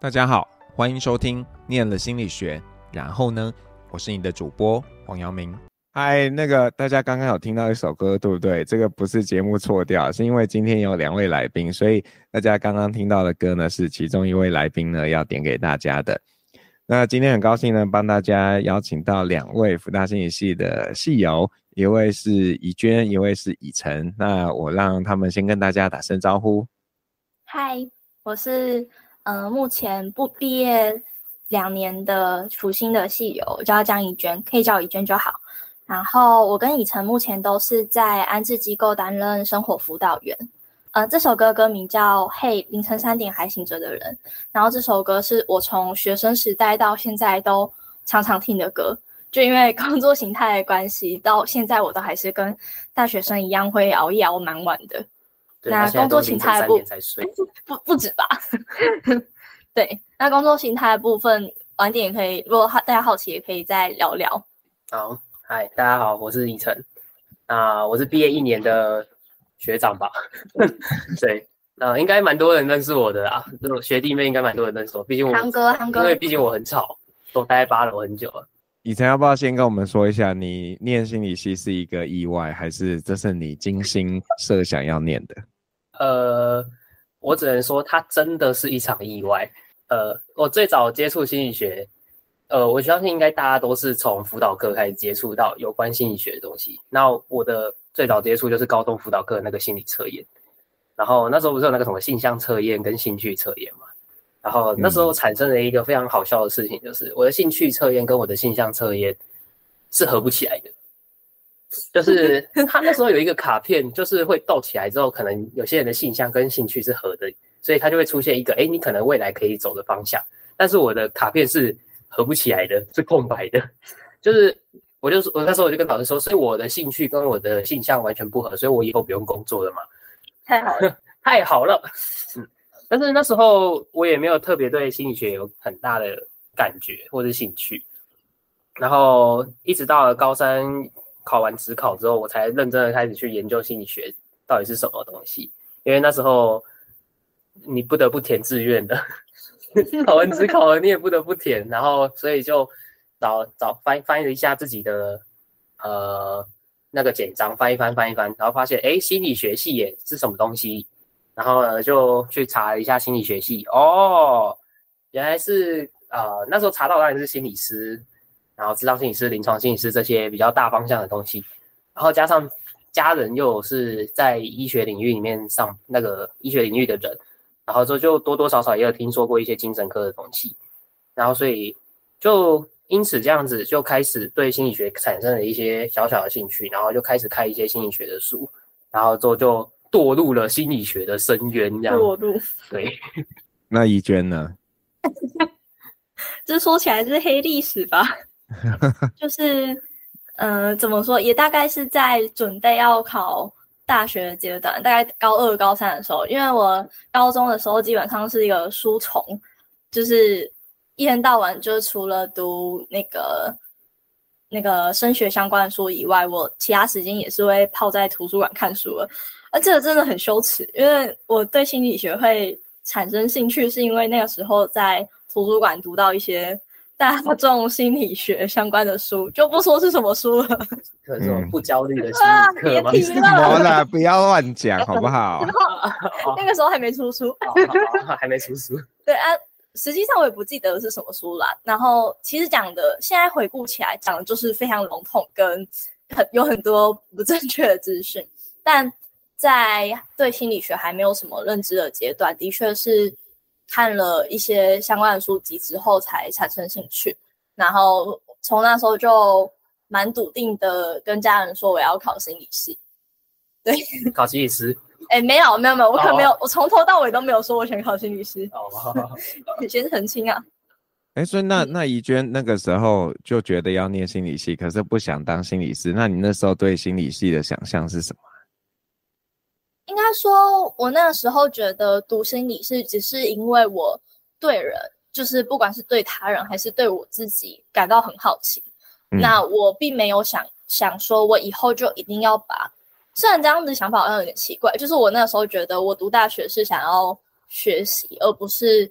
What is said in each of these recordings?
大家好，欢迎收听念了心理学，然后呢，我是你的主播黄阳明。嗨，大家刚刚有听到一首歌，对不对？这个不是节目错调，是因为今天有2位来宾，所以大家刚刚听到的歌呢，是其中一位来宾呢要点给大家的。那今天很高兴呢，帮大家邀请到2位福大心理系的系友，一位是怡娟，一位是以晨。那我让他们先跟大家打声招呼。 嗨，我是目前毕业2年的福星的系友，叫江怡娟，可以叫我怡娟就好。然后我跟以晨目前都是在安置机构担任生活辅导员。这首歌歌名叫《嘿，凌晨3点还醒着的人》，然后这首歌是我从学生时代到现在都常常听的歌，就因为工作形态的关系，到现在我都还是跟大学生一样会熬夜熬蛮晚的。那工作形态的部分不止吧对，那工作形态的部分晚点也可以，如果大家好奇也可以再聊聊。 好，嗨，大家好，我是以晨。我是毕业1年的学长吧对，应该蛮多人认识我的啦，学弟妹应该蛮多人认识我，毕竟航哥因为毕竟我很吵，都待在8楼很久了。 以晨要不要先跟我们说一下，你念心理系是一个意外，还是这是你精心设想要念的？ 我只能说它真的是一场意外。我最早接触心理学，我相信应该大家都是从辅导课开始接触到有关心理学的东西。那我的最早接触就是高中辅导课那个心理测验，然后那时候不是有那个什么性向测验跟兴趣测验嘛？然后那时候产生了一个非常好笑的事情，就是我的兴趣测验跟我的性向测验是合不起来的。就是他那时候有一个卡片，就是会斗起来之后，可能有些人的性向跟兴趣是合的，所以他就会出现一个，你可能未来可以走的方向。但是我的卡片是合不起来的，是空白的。就是我那时候我就跟老师说，所以我的兴趣跟我的性向完全不合，所以我以后不用工作了嘛。 太好了， 太好了。但是那时候我也没有特别对心理学有很大的感觉或是兴趣，然后一直到了高3。考完指考之后，我才认真的开始去研究心理学到底是什么东西。因为那时候你不得不填志愿的，考完指考了你也不得不填，然后所以就翻译了一下自己的那个简章，翻一翻，然后发现心理学系也是什么东西，然后呢就去查了一下心理学系，原来是那时候查到当然是心理师。然后諮商心理师、临床心理师这些比较大方向的东西，然后加上家人又是在医学领域里面上那个医学领域的人，然后就多多少少也有听说过一些精神科的东西，然后所以就因此这样子就开始对心理学产生了一些小小的兴趣，然后就开始看一些心理学的书，然后就堕入了心理学的深渊这样。 堕入， 对。 那怡娟呢？ 这说起来是黑历史吧就是怎么说，也大概是在准备要考大学的阶段，大概高2高3的时候，因为我高中的时候基本上是一个书虫，就是一天到晚就是除了读那个升学相关的书以外，我其他时间也是会泡在图书馆看书了。这个真的很羞耻，因为我对心理学会产生兴趣，是因为那个时候在图书馆读到一些大众心理学相关的书，就不说是什么书了。 可是这种不焦虑的心理课吗？ 别提了， 好啦，不要乱讲好不好？ 那个时候还没出书， 还没出书。 对啊，实际上我也不记得是什么书啦。然后其实讲的，现在回顾起来讲的就是非常笼统，跟有很多不正确的资讯。但在对心理学还没有什么认知的阶段，的确是看了一些相关的书籍之后才产生兴趣，然后从那时候就蛮笃定的跟家人说我要考心理系。对， 考心理师？ 没有，我可没有，我从头到尾都没有说我想考心理师。你先澄清啊。 所以那怡娟那个时候就觉得要念心理系，可是不想当心理师，那你那时候对心理系的想象是什么？ 应该说我那个时候觉得读心理是只是因为我对人，就是不管是对他人还是对我自己感到很好奇。那我并没有想说我以后就一定要把，虽然这样子想法好像有点奇怪，就是我那个时候觉得我读大学是想要学习，而不是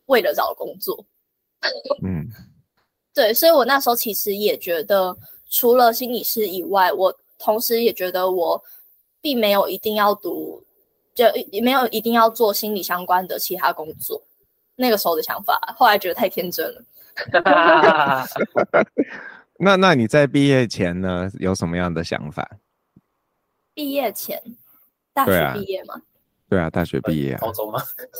为了找工作。 嗯， 对，所以我那时候其实也觉得，除了心理师以外，我同时也觉得我并没有一定要读，就也没有一定要做心理相关的其他工作。那个时候的想法，后来觉得太天真了。 那你在毕业前呢，有什么样的想法？ 毕业前，大学毕业嘛？ 对啊，大学毕业啊。 高中吗？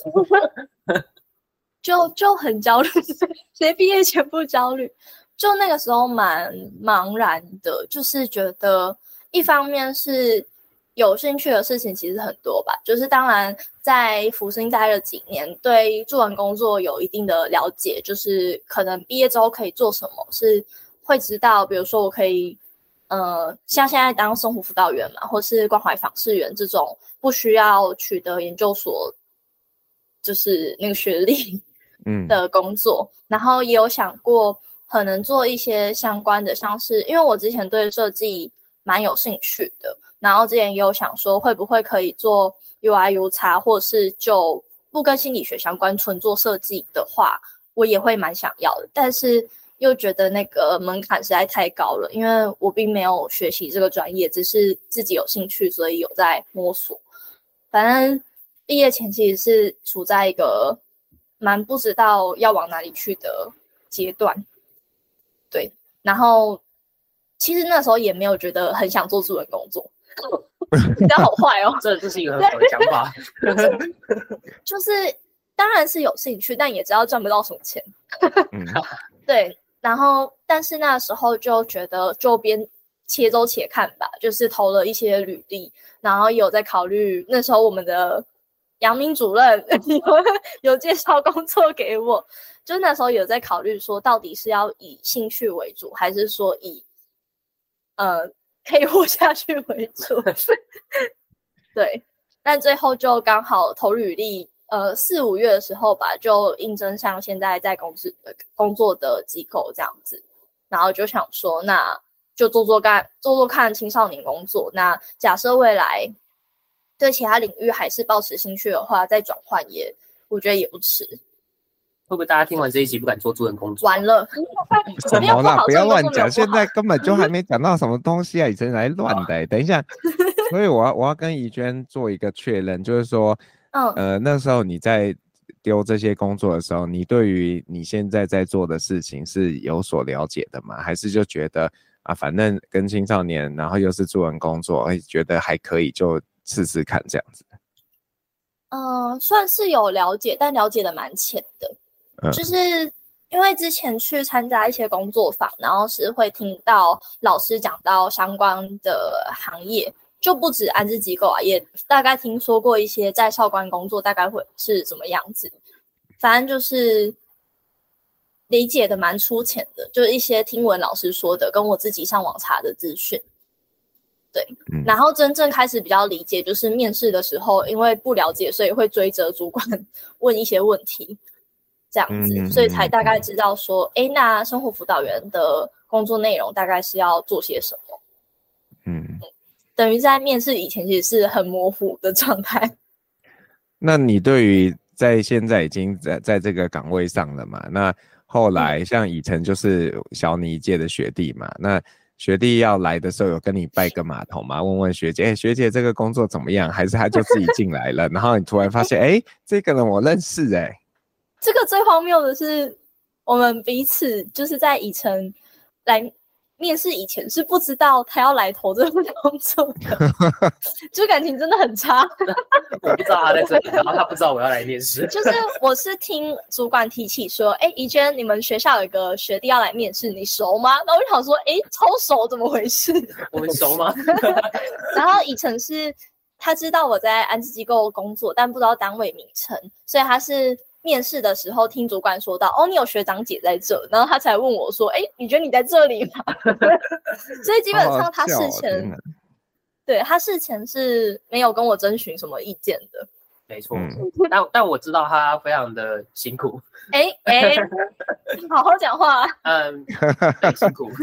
就很焦虑，谁毕业前不焦虑？就那个时候蛮茫然的，就是觉得一方面是有兴趣的事情其实很多吧，就是当然在福星待了几年，对助人工作有一定的了解，就是可能毕业之后可以做什么，是会知道，比如说我可以像现在当生活辅导员嘛，或是关怀访视员这种不需要取得研究所就是那个学历的工作，然后也有想过可能做一些相关的，像是因为我之前对设计蛮有兴趣的，然后之前也有想说会不会可以做 UI、UX， 或是就不跟心理学相关纯做设计的话，我也会蛮想要的，但是又觉得那个门槛实在太高了，因为我并没有学习这个专业，只是自己有兴趣，所以有在摸索。反正毕业前其实是处在一个蛮不知道要往哪里去的阶段，对。然后其实那时候也没有觉得很想做助人工作，这样好坏哦。 这是一个很好的想法。 就是当然是有兴趣，但也知道赚不到什么钱。对，然后但是那时候就觉得就边且走且看吧，就是投了一些履历，然后有在考虑，那时候我们的杨明主任有介绍工作给我，就那时候有在考虑说到底是要以兴趣为主，还是说以可以活下去为主。对，但最后就刚好投履历4、5月的时候吧，就应征上现在在工作的机构这样子，然后就想说那就做看青少年工作，那假设未来对其他领域还是抱持兴趣的话，再转换我觉得也不迟。 会不会大家听完这一集不敢做助人工作？ 完了， 什么啦？不要乱讲，现在根本就还没讲到什么东西啊！以前来乱的、等一下，所以我要跟怡娟做一个确认，就是说，那时候你在丢这些工作的时候，你对于你现在在做的事情是有所了解的吗？还是就觉得啊，反正跟青少年，然后又是助人工作，觉得还可以，就试试看这样子？ 算是有了解，但了解的蛮浅的。就是因为之前去参加一些工作坊，然后是会听到老师讲到相关的行业，就不止安置机构啊，也大概听说过一些在校官工作大概会是怎么样子。反正就是理解的蛮粗浅的，就是一些听闻老师说的，跟我自己上网查的资讯。对，然后真正开始比较理解，就是面试的时候，因为不了解，所以会追着主管问一些问题。这样子，所以才大概知道说，那生活辅导员的工作内容大概是要做些什么。等于在面试以前其实是很模糊的状态。 那你对于在现在已经在这个岗位上了嘛？那后来像以晨就是小你一届的学弟嘛，那学弟要来的时候有跟你拜个码头吗？问问学姐，学姐这个工作怎么样？还是他就自己进来了？然后你突然发现，这个人我认识这个最荒谬的是，我们彼此就是在以晨来面试以前是不知道他要来投这份工作的，就感情真的很差。 我不知道他在这里，然后他不知道我要来面试。 就是我是听主管提起说，怡娟，你们学校有一个学弟要来面试，你熟吗？然后我就想说，超熟，怎么回事？ 我们熟吗？ 然后以晨是他知道我在安置机构工作，但不知道单位名称，所以他是面试的时候听主管说到，你有学长姐在这，然后他才问我说，你觉得你在这里吗？所以基本上他事前，对，他事前是没有跟我征询什么意见的。 没错，但我知道他非常的辛苦。 好好讲话。 很辛苦。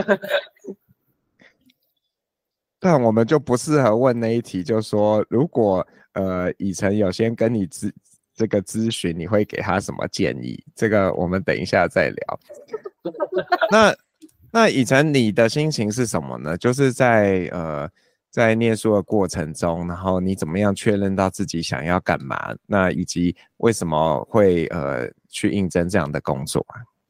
但我们就不适合问那一题，就说如果以晨有先跟你这个咨询，你会给他什么建议？这个我们等一下再聊。那以晨你的心情是什么呢？就是在念书的过程中，然后你怎么样确认到自己想要干嘛？那以及为什么会去应征这样的工作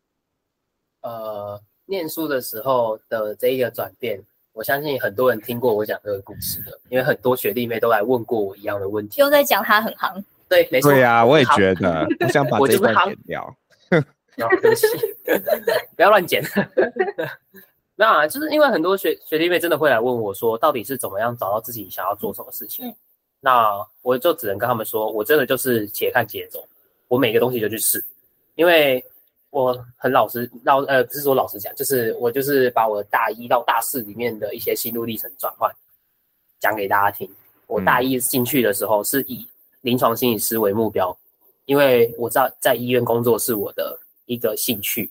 啊？ 念书的时候的这一个转变，我相信很多人听过我讲这个故事的，因为很多学弟妹都来问过我一样的问题。 又在讲他很行， 对，没错。 对啊，我也觉得，我想把这一段剪掉。 对不起，不要乱剪。那就是因为很多学弟妹真的会来问我说，到底是怎么样找到自己想要做什么事情？那我就只能跟他们说，我真的就是且看且走，我每个东西就去试，因为我很不是说老实讲，就是我就是把我大1到大4里面的一些心路历程转换讲给大家听。我大1进去的时候是以临床心理师为目标，因为我知道在医院工作是我的一个兴趣。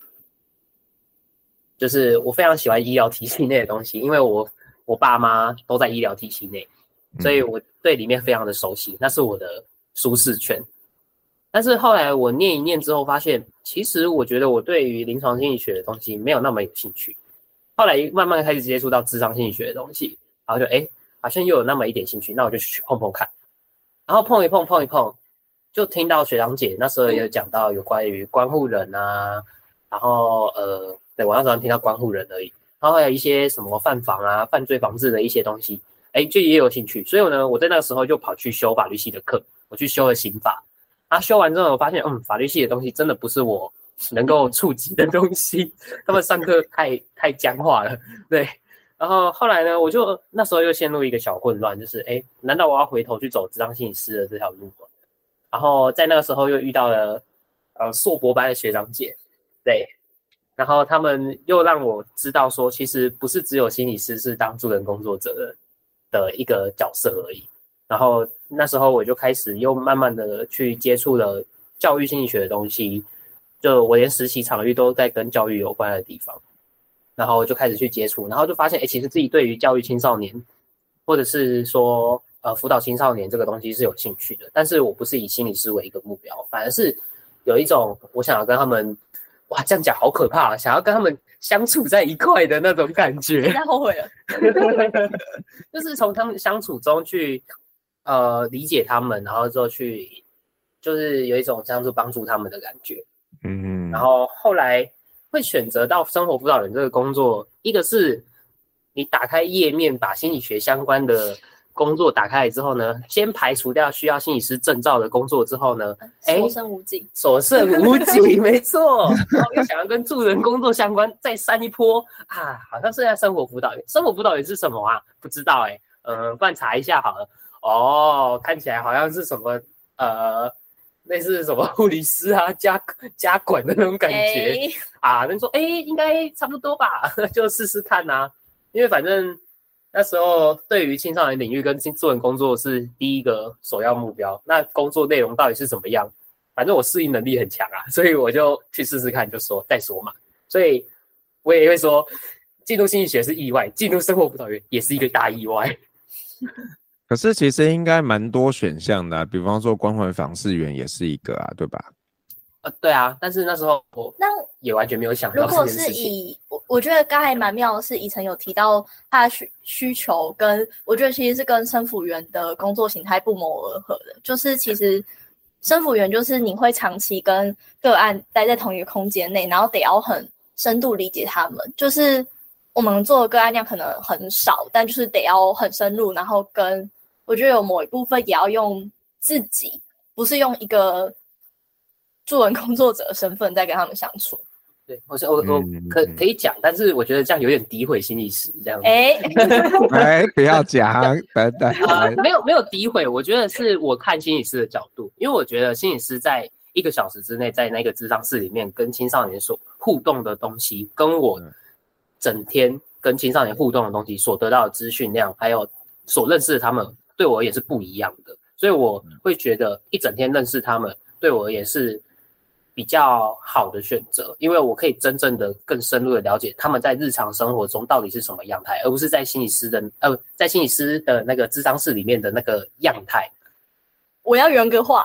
就是我非常喜欢医疗体系内的东西，因为我爸妈都在医疗体系内，所以我对里面非常的熟悉，那是我的舒适圈。但是后来我念一念之后发现，其实我觉得我对于临床心理学的东西没有那么有兴趣。后来慢慢开始接触到諮商心理学的东西，然后就好像又有那么一点兴趣，那我就去碰碰看。然后碰一碰，就听到学长姐那时候也有讲到有关于关护人啊，然后对，我那时候听到关护人而已，然后还有一些什么犯防啊、犯罪防治的一些东西，就也有兴趣。所以呢，我在那个时候就跑去修法律系的课，我去修了刑法。修完之后，我发现，法律系的东西真的不是我能够触及的东西，他们上课太僵化了，对。然后后来呢，我就那时候又陷入一个小混乱，就是难道我要回头去走諮商心理师的这条路吗？然后在那个时候又遇到了硕博班的学长姐，对。然后他们又让我知道说，其实不是只有心理师是当助人工作者的一个角色而已。然后那时候我就开始又慢慢的去接触了教育心理学的东西，就我连实习场域都在跟教育有关的地方，然后就开始去接触，然后就发现其实自己对于教育青少年或者是说辅导青少年这个东西是有兴趣的，但是我不是以心理师为一个目标，反而是有一种我想要跟他们，哇，这样讲好可怕，想要跟他们相处在一块的那种感觉。 现在后悔了。 就是从他们相处中去理解他们，然后之后去就是有一种这样子帮助他们的感觉。然后后来会选择到生活辅导员这个工作，一个是你打开页面把心理学相关的工作打开来之后呢，先排除掉需要心理师证照的工作之后呢， 所剩无几， 所剩无几，没错。然后又想要跟助人工作相关，再扇一波啊，好像是在生活辅导员。生活辅导员是什么啊？不知道不然查一下好了。看起来好像是什么类似什么护理师啊、家管的那种感觉那说应该差不多吧，就试试看啊。因为反正那时候对于青少年领域跟助人工作是第一个首要目标，那工作内容到底是怎么样，反正我适应能力很强啊，所以我就去试试看，就说再说嘛。所以我也会说，进入心理学是意外，进入生活辅导员也是一个大意外。 可是其实应该蛮多选项的比方说关怀访视员也是一个对吧？ 对啊，但是那时候我也完全没有想到这件事情。 如果是我觉得刚才蛮妙的是，以晨有提到他的需求跟我觉得其实是跟生辅员的工作形态不谋而合的，就是其实生辅员就是你会长期跟个案待在同一个空间内，然后得要很深度理解他们，就是我们做的个案量可能很少，但就是得要很深入，然后跟我觉得有某一部分也要用自己，不是用一个助人工作者的身份在跟他们相处。 对，我可以讲，但是我觉得这样有点诋毁心理师这样子。 不要讲，等等。 没有诋毁，我觉得是我看心理师的角度，因为我觉得心理师在1个小时之内，在那个諮商室里面跟青少年所互动的东西，跟我整天跟青少年互动的东西所得到的资讯量，还有所认识的他们，对我也是不一样的，所以我会觉得一整天认识他们，对我也是比较好的选择，因为我可以真正的更深入的了解他们在日常生活中到底是什么样态，而不是在心理师的那个諮商室里面的那个样态。 我要人格化，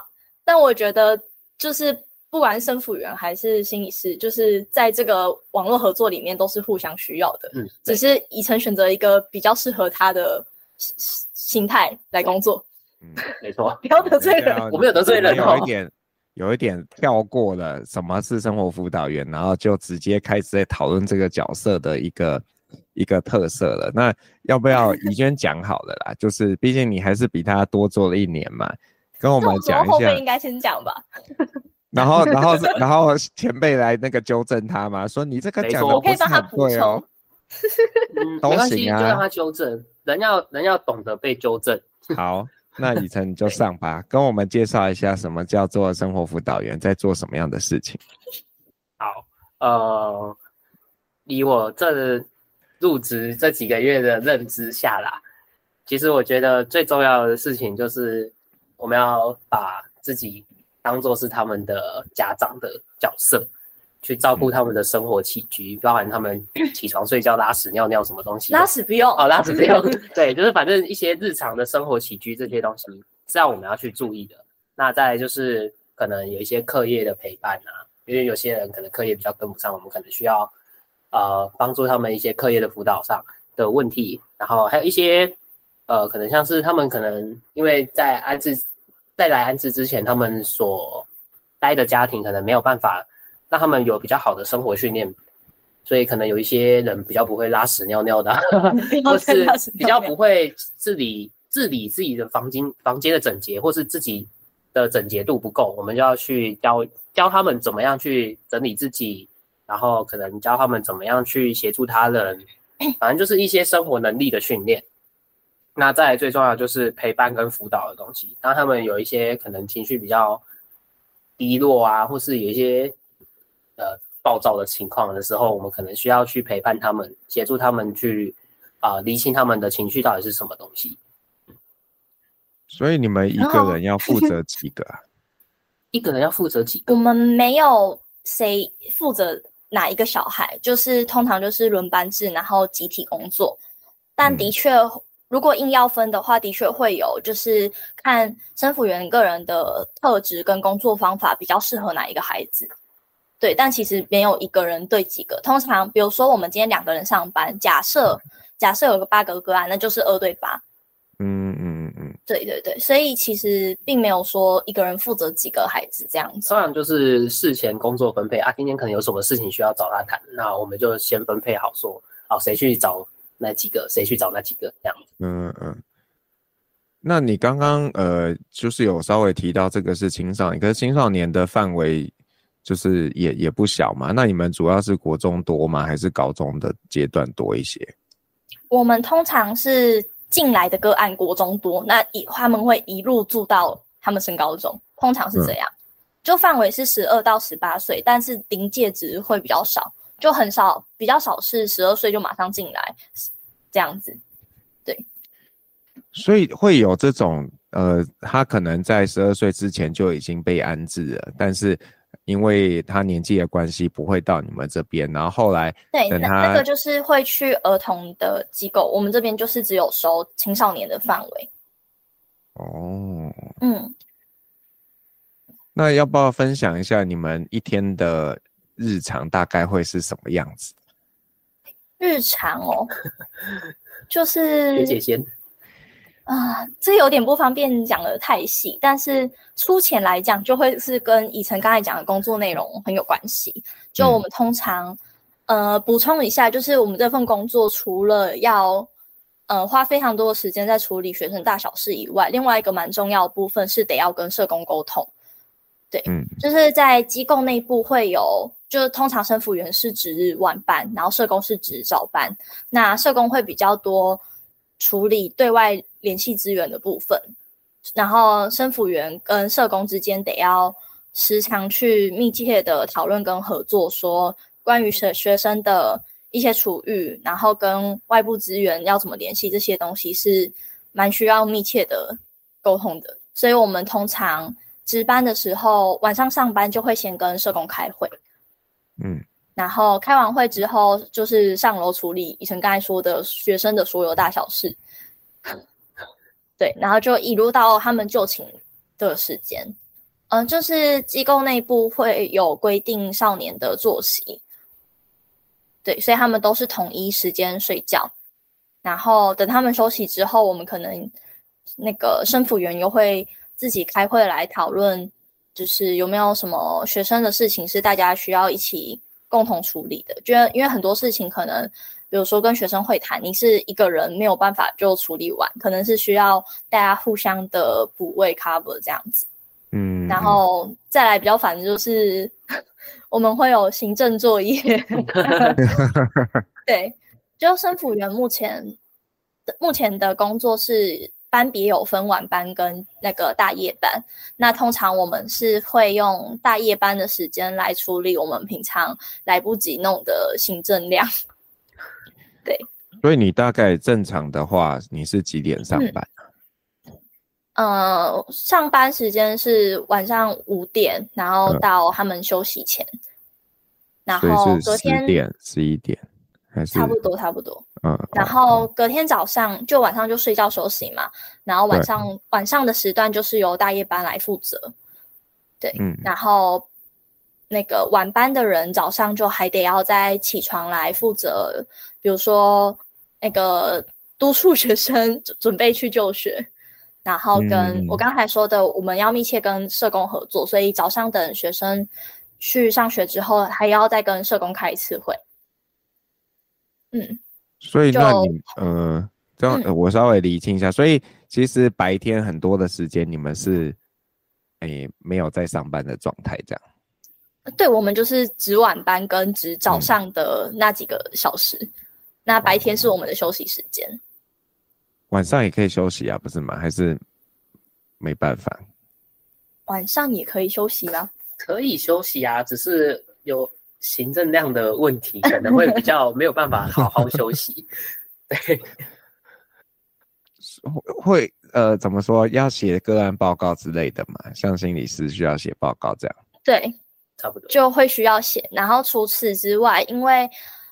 但我觉得就是不管是生辅员还是心理师，就是在这个网络合作里面都是互相需要的。只是以晨选择一个比较适合他的心态来工作。 没错， 不要得罪人， 我没有得罪人哦。 有一点跳过了什么是生活辅导员，然后就直接开始在讨论这个角色的一个特色了。那要不要怡娟讲好了啦？就是毕竟你还是比他多做了1年嘛，跟我们讲一下。 后辈应该先讲吧。 然后前辈来那个纠正他嘛，说你这个讲的不是很对哦。 没关系，就让他纠正。人要懂得被纠正。 好。那以晨你就上吧，跟我们介绍一下什么叫做生活辅导员，在做什么样的事情。 好，以我这入职这几个月的认知下啦，其实我觉得最重要的事情就是我们要把自己当作是他们的家长的角色，去照顾他们的生活起居，包含他们起床睡觉、拉屎尿尿什么东西。 拉屎不用哦，拉屎不用。对，就是反正一些日常的生活起居这些东西是要我们要去注意的。那再来就是可能有一些课业的陪伴啊，因为有些人可能课业比较跟不上，我们可能需要帮助他们一些课业的辅导上的问题，然后还有一些可能像是他们可能因为在来安置之前，他们所待的家庭可能没有办法让他们有比较好的生活训练，所以可能有一些人比较不会拉屎尿尿的，或是比较不会治理自己的房间的整洁，或是自己的整洁度不够，我们就要去教他们怎么样去整理自己，然后可能教他们怎么样去协助他人，反正就是一些生活能力的训练。那再来最重要的就是陪伴跟辅导的东西，当他们有一些可能情绪比较低落啊，或是有一些暴躁的情况的时候，我们可能需要去陪伴他们，协助他们去厘清他们的情绪到底是什么东西。 所以你们一个人要负责几个啊？ 一个人要负责几个？ 我们没有谁负责哪一个小孩，就是通常就是轮班制，然后集体工作。但的确，如果硬要分的话，的确会有，就是看生辅员个人的特质跟工作方法比较适合哪一个孩子。对，但其实没有一个人对几个。通常，比如说我们今天2个人上班，假设有个8个个案，那就是2对8。对，所以其实并没有说一个人负责几个孩子这样子。 当然就是事前工作分配啊，今天可能有什么事情需要找他谈，那我们就先分配好说，谁去找那几个，谁去找那几个这样子。 那你刚刚就是有稍微提到这个是青少年，可是青少年的范围就是也不小嘛。那你们主要是国中多吗？还是高中的阶段多一些？ 我们通常是进来的个案国中多，那他们会一路住到他们升高中，通常是这样。就范围是12到18岁，但是临界值会比较少，就很少，比较少是12岁就马上进来这样子。对， 所以会有这种他可能在12岁之前就已经被安置了，但是因为他年纪的关系不会到你们这边，然后后来对， 等他那个就是会去儿童的机构，我们这边就是只有收青少年的范围。 那要不要分享一下你们一天的日常大概会是什么样子？ 日常就是学姐先这有点不方便讲得太细，但是粗浅来讲，就会是跟以晨刚才讲的工作内容很有关系。就我们通常，补充一下，就是我们这份工作除了要花非常多的时间在处理学生大小事以外，另外一个蛮重要的部分是得要跟社工沟通。对，就是在机构内部会有，就是通常生辅员是值日晚班，然后社工是值早班。那社工会比较多处理对外联系资源的部分，然后生辅员跟社工之间得要时常去密切的讨论跟合作，说关于学生的一些处遇，然后跟外部资源要怎么联系，这些东西是蛮需要密切的沟通的。所以我们通常值班的时候，晚上上班就会先跟社工开会，然后开完会之后就是上楼处理以晨刚才说的学生的所有大小事，对，然后就一路到他们就寝的时间， 就是机构内部会有规定少年的作息，对，所以他们都是统一时间睡觉，然后等他们休息之后，我们可能那个生辅员又会自己开会来讨论，就是有没有什么学生的事情是大家需要一起共同处理的，因为很多事情可能比如说跟学生会谈，你是一个人没有办法就处理完，可能是需要大家互相的补位 cover 这样子。然后再来比较烦的就是我们会有行政作业对，就生辅员目前的工作是班别有分晚班跟那个大夜班，那通常我们是会用大夜班的时间来处理我们平常来不及弄的行政量对， 所以你大概正常的话你是几点上班？ 上班时间是晚上5点，然后到他们休息前，然后隔天 10点、11点还是差不多。然后隔天早上就晚上就睡觉休息嘛，然后晚上的时段就是由大夜班来负责，对，然后那个晚班的人早上就还得要再起床来负责，比如说那个督促学生准备去就学。然后跟我刚才说的，我们要密切跟社工合作，所以早上等学生去上学之后，还要再跟社工开一次会。 所以那你这样我稍微厘清一下，所以其实白天很多的时间你们是没有在上班的状态这样。 对，我们就是值晚班跟值早上的那几个小时，那白天是我们的休息时间。 晚上也可以休息啊，不是吗？还是没办法？ 晚上也可以休息吗？ 可以休息啊，只是有行政量的问题，可能会比较没有办法好好休息。对， 会怎么说？要写个案报告之类的嘛？像心理师需要写报告这样。 对， 差不多就会需要写。然后除此之外，因为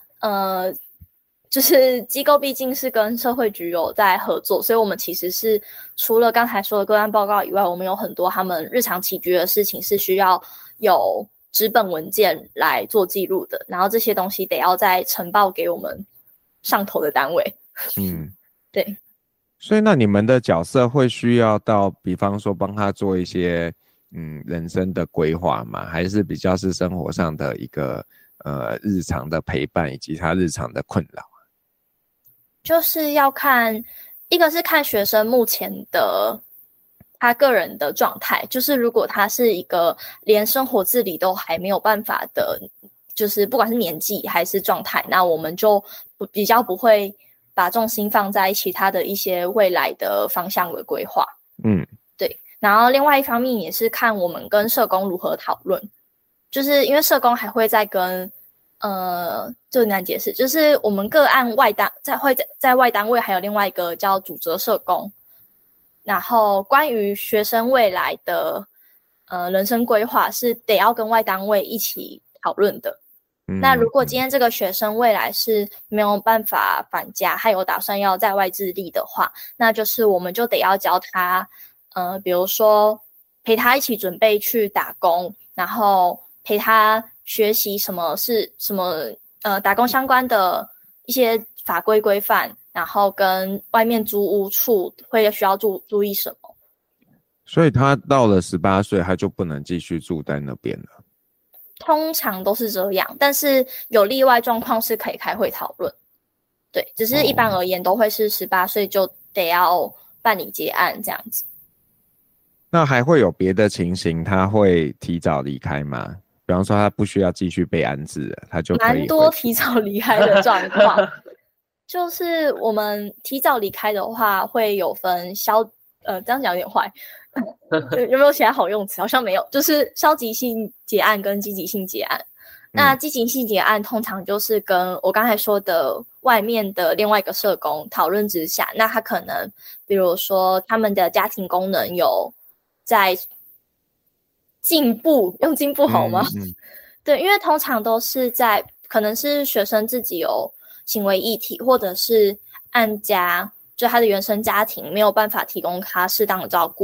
就是机构毕竟是跟社会局有在合作，所以我们其实是除了刚才说的个案报告以外，我们有很多他们日常起居的事情是需要有纸本文件来做记录的，然后这些东西得要再呈报给我们上头的单位。对。 所以那你们的角色会需要到比方说帮他做一些人生的规划吗？还是比较是生活上的一个日常的陪伴以及他日常的困扰？ 就是要看，一个是看学生目前的他个人的状态，就是如果他是一个连生活自理都还没有办法的，就是不管是年纪还是状态，那我们就比较不会把重心放在其他的一些未来的方向的规划。对。然后另外一方面也是看我们跟社工如何讨论，就是因为社工还会再跟这个难解释，就是我们个案在外单位还有另外一个叫主责社工，然后关于学生未来的人生规划是得要跟外单位一起讨论的。那如果今天这个学生未来是没有办法返家，还有打算要在外自立的话，那就是我们就得要教他比如说陪他一起准备去打工，然后陪他学习什么打工相关的一些法规规范，然后跟外面租屋处会需要注意什么。 所以他到了18岁他就不能继续住在那边了？ 通常都是这样，但是有例外状况是可以开会讨论。对，只是一般而言都会是18岁就得要办理结案这样子。 那还会有别的情形他会提早离开吗？比方说他不需要继续被安置了，他就可以蛮多提早离开的状况。就是我们提早离开的话会有分这样讲有点坏有没有其他好用词？好像没有，就是消极性结案跟积极性结案。那积极性结案通常就是跟我刚才说的外面的另外一个社工讨论之下，那他可能比如说他们的家庭功能有在进步，用进步好吗？对，因为通常都是可能是学生自己有行为议题，或者是案家就他的原生家庭没有办法提供他适当的照顾，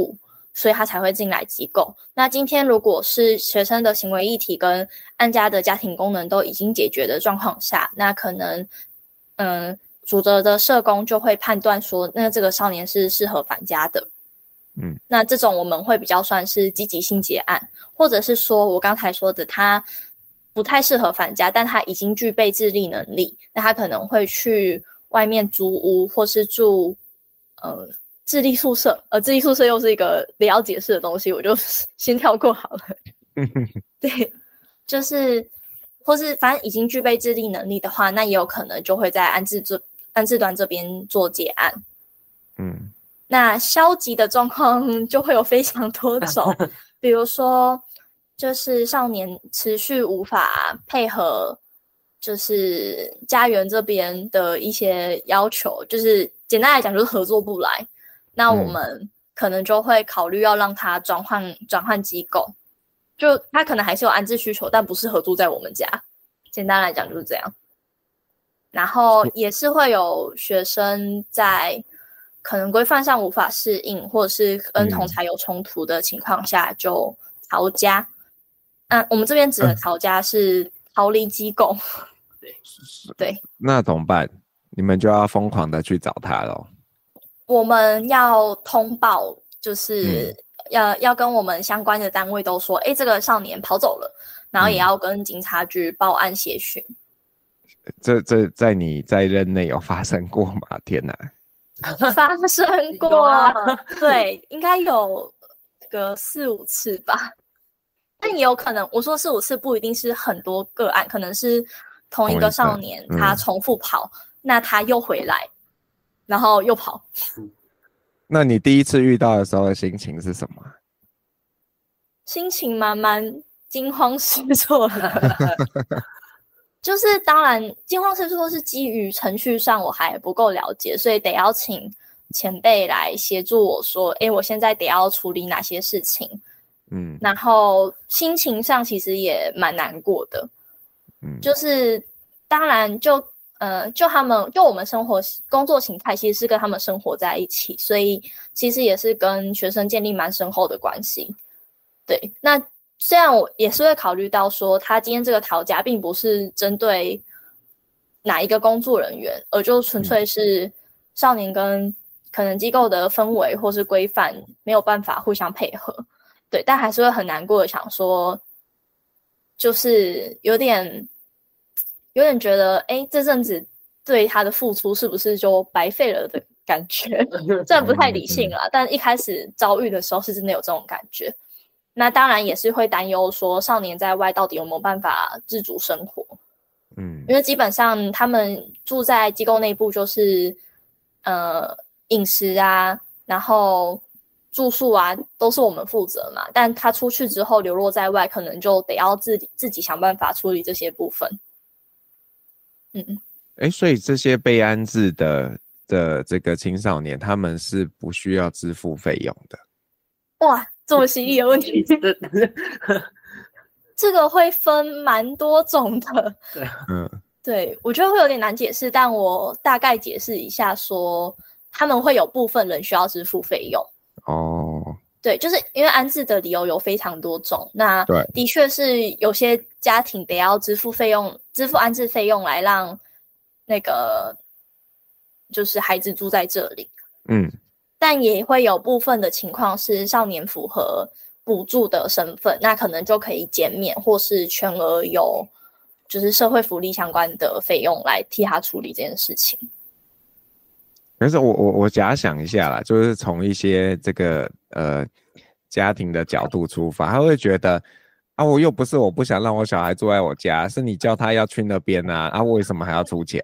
所以他才会进来机构。那今天如果是学生的行为议题跟案家的家庭功能都已经解决的状况下，那可能主责的社工就会判断说，那这个少年是适合返家的。那这种我们会比较算是积极性结案，或者是说我刚才说的他不太适合返家，但他已经具备自立能力，那他可能会去外面租屋或是住自立宿舍。自立宿舍又是一个得要解释的东西，我就先跳过好了。对，就是或是反正已经具备自立能力的话，那也有可能就会在安置端这边做结案。那消极的状况就会有非常多种，比如说就是少年持续无法配合就是家园这边的一些要求，就是简单来讲就是合作不来，那我们可能就会考虑要让他转换机构，就他可能还是有安置需求，但不适合住在我们家，简单来讲就是这样。然后也是会有学生在可能规范上无法适应，或者是跟同侪有冲突的情况下就逃家。我们这边指的逃家是逃离机构。对， 那怎么办？你们就要疯狂的去找他咯。 我们要通报，就是要跟我们相关的单位都说，这个少年跑走了，然后也要跟警察局报案协寻。 这在你在任内有发生过吗？天哪！ 发生过，对，应该有个4-5次吧。但也有可能，我说4-5次不一定是很多个案，可能是同一个少年他重复跑，那他又回来，然后又跑。 那你第一次遇到的时候的心情是什么？ 心情蛮惊慌失措的。就是当然惊慌失措是基于程序上我还不够了解，所以得要请前辈来协助我说我现在得要处理哪些事情。然后心情上其实也蛮难过的。就是当然就我们生活工作形态其实是跟他们生活在一起，所以其实也是跟学生建立蛮深厚的关系。对，那虽然我也是会考虑到说他今天这个逃家并不是针对哪一个工作人员，而就纯粹是少年跟可能机构的氛围或是规范没有办法互相配合。对，但还是会很难过的想说，就是有点觉得这阵子对他的付出是不是就白费了的感觉。虽然不太理性啦，但一开始遭遇的时候是真的有这种感觉。那当然也是会担忧说少年在外到底有没有办法自主生活。因为基本上他们住在机构内部就是饮食啊，然后住宿啊都是我们负责嘛，但他出去之后流落在外，可能就得要自己想办法处理这些部分。 所以这些被安置的这个青少年，他们是不需要支付费用的。 哇，这么犀利的问题。这个会分蛮多种的。对，我觉得会有点难解释，但我大概解释一下说他们会有部分人需要支付费用。对，就是因为安置的理由有非常多种，那的确是有些家庭得要支付安置费用来让那个就是孩子住在这里。但也会有部分的情况是少年符合补助的身份，那可能就可以减免或是全额有就是社会福利相关的费用来替他处理这件事情。 可是我假想一下啦，就是从一些这个家庭的角度出发，他会觉得我又不是我不想让我小孩住在我家，是你叫他要去那边啊，为什么还要出钱？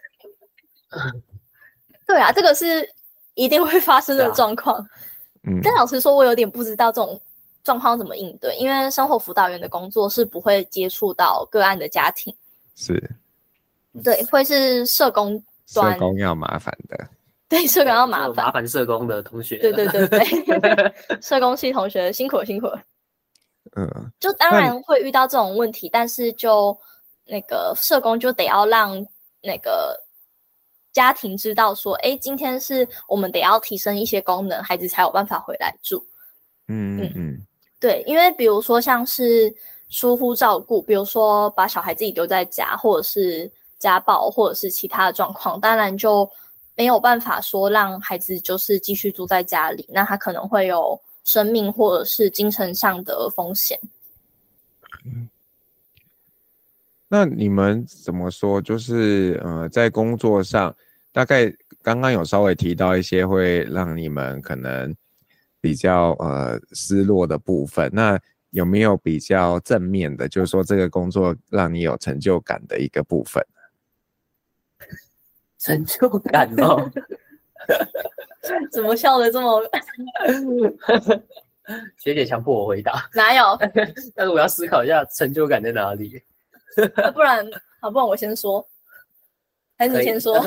对啊，这个是一定会发生的状况。但老实说我有点不知道这种状况怎么应对，因为生活辅导员的工作是不会接触到个案的家庭。对，会是社工端， 社工要麻烦的。 对，社工要麻烦社工的同学。 对社工系同学辛苦了。就当然会遇到这种问题，但是就那个社工就得要让那个家庭知道说今天是我们得要提升一些功能，孩子才有办法回来住。 对，因为比如说像是疏忽照顾，比如说把小孩自己丢在家，或者是家暴，或者是其他的状况，当然就没有办法说让孩子就是继续住在家里，那他可能会有生命或者是精神上的风险。 那你们怎么说？就是在工作上，大概刚刚有稍微提到一些会让你们可能比较失落的部分。那有没有比较正面的？就是说这个工作让你有成就感的一个部分？ 成就感哦， 怎么笑得这么？ 学姐强迫我回答， 哪有？ 但是我要思考一下成就感在哪里。 不然我先说，还是你先说？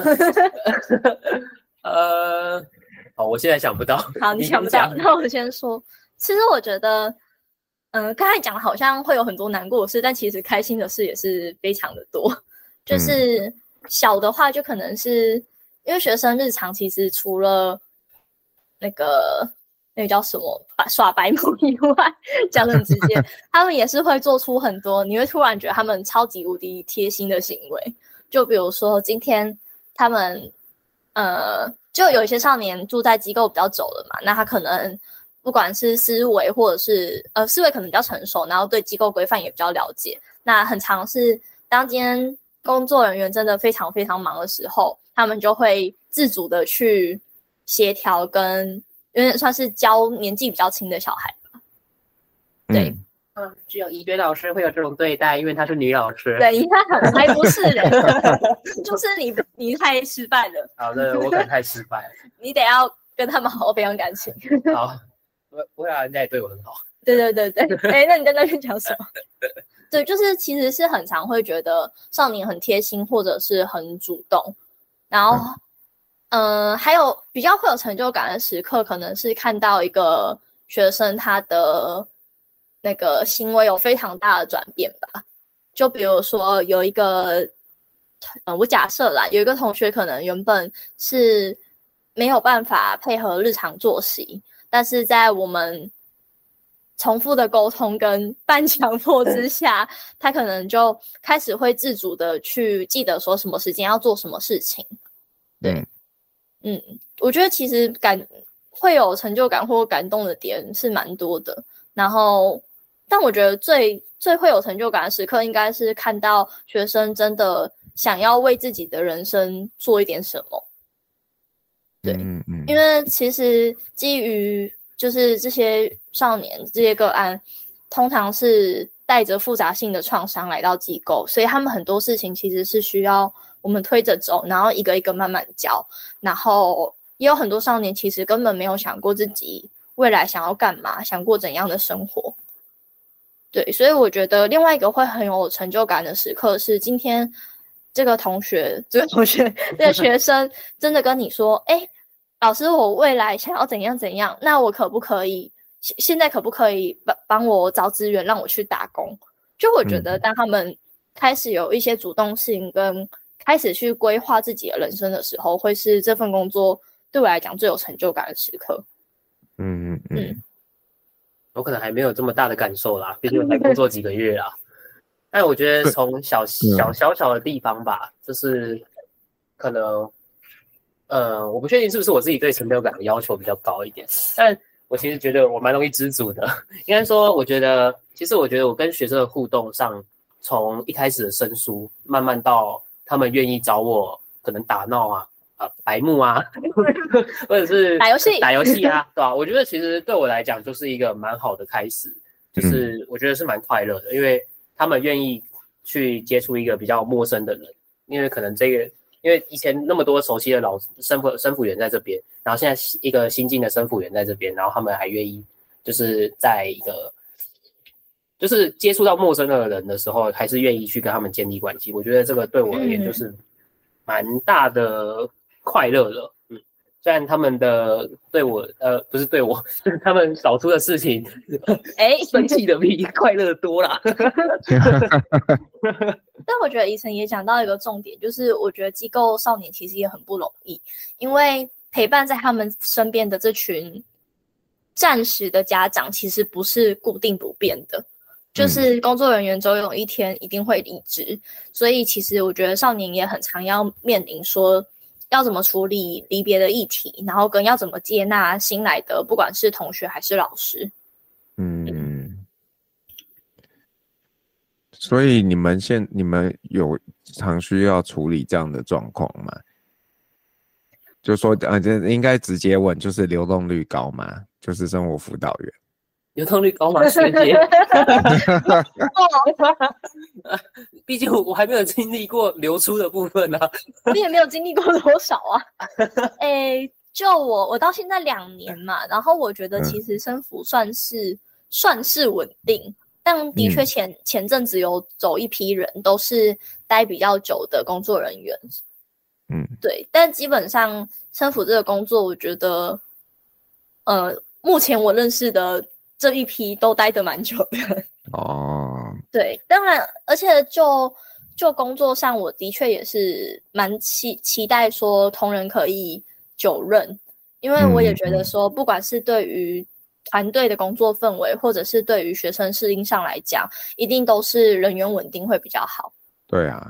好，我现在想不到。 好，你想不到，那我先说。其实我觉得，刚才讲的好像会有很多难过的事，但其实开心的事也是非常的多。就是小的话，就可能是因为学生日常其实除了那个叫什么耍白目以外，讲得很直接，他们也是会做出很多你会突然觉得他们超级无敌贴心的行为。就比如说今天他们就有一些少年住在机构比较久了嘛，那他可能不管是思维或者是思维可能比较成熟，然后对机构规范也比较了解。那很常是当今天工作人员真的非常非常忙的时候，他们就会自主的去协调跟有点算是教年纪比较轻的小孩吧。对， 只有怡娟老师会有这种对待，因为她是女老师。 对，你看还不是人，就是你太失败了。 好的，我可能太失败了。 你得要跟他们好好培养感情。 好，不然人家也对我很好。 对，那你在那边讲什么？对，就是其实是很常会觉得少年很贴心或者是很主动，然后还有比较会有成就感的时刻，可能是看到一个学生他的那个行为有非常大的转变吧。就比如说有一个我假设啦，有一个同学可能原本是没有办法配合日常作息，但是在我们重复的沟通跟半强迫之下，他可能就开始会自主的去记得说什么时间要做什么事情。对，我觉得其实会有成就感或感动的点是蛮多的。然后，但我觉得最会有成就感的时刻，应该是看到学生真的想要为自己的人生做一点什么。对，因为其实基于就是这些少年这些个案通常是带着复杂性的创伤来到机构，所以他们很多事情其实是需要我们推着走，然后一个一个慢慢教。然后也有很多少年其实根本没有想过自己未来想要干嘛，想过怎样的生活。对，所以我觉得另外一个会很有成就感的时刻是今天这个学生真的跟你说，老师，我未来想要怎样怎样，那我可不可以现在可不可以帮我找资源让我去打工？就我觉得当他们开始有一些主动性跟开始去规划自己的人生的时候，会是这份工作对我来讲最有成就感的时刻。 我可能还没有这么大的感受啦，毕竟我才工作几个月啦。但我觉得从小的地方吧，就是可能我不确定是不是我自己对成就感的要求比较高一点，但我其实觉得我蛮容易知足的。应该说，我觉得我跟学生的互动上，从一开始的生疏，慢慢到他们愿意找我，可能打闹啊、白目啊，或者是打游戏啊，对吧？我觉得其实对我来讲就是一个蛮好的开始，就是我觉得是蛮快乐的，因为他们愿意去接触一个比较陌生的人，因为可能因为以前那么多熟悉的生辅员在这边，然后现在一个新进的生辅员在这边，然后他们还愿意就是在一个就是接触到陌生的人的时候，还是愿意去跟他们建立关系。我觉得这个对我而言就是蛮大的快乐了。虽然他们的对我不是对我，就是他们少出的事情，生气的比快乐多啦。 但我觉得宜晨也讲到一个重点，就是我觉得机构少年其实也很不容易，因为陪伴在他们身边的这群暂时的家长其实不是固定不变的，就是工作人员总有一天一定会离职，所以其实我觉得少年也很常要面临说要怎么处理离别的议题，然后跟要怎么接纳新来的不管是同学还是老师。 所以你们有常需要处理这样的状况吗？就说应该直接问，就是流动率高吗？就是生活辅导员流动率高吗，学姐？毕竟我还没有经历过流出的部分啊。 你也没有经历过多少啊？就我到现在2年嘛，然后我觉得其实生辅算是稳定，但的确前阵子有走一批人，都是待比较久的工作人员。对，但基本上生辅这个工作，我觉得，目前我认识的这一批都待得蛮久的。对，当然，而且就工作上，我的确也是蛮期待说同仁可以久任，因为我也觉得说，不管是对于团队的工作氛围，或者是对于学生适应上来讲，一定都是人员稳定会比较好。 对啊，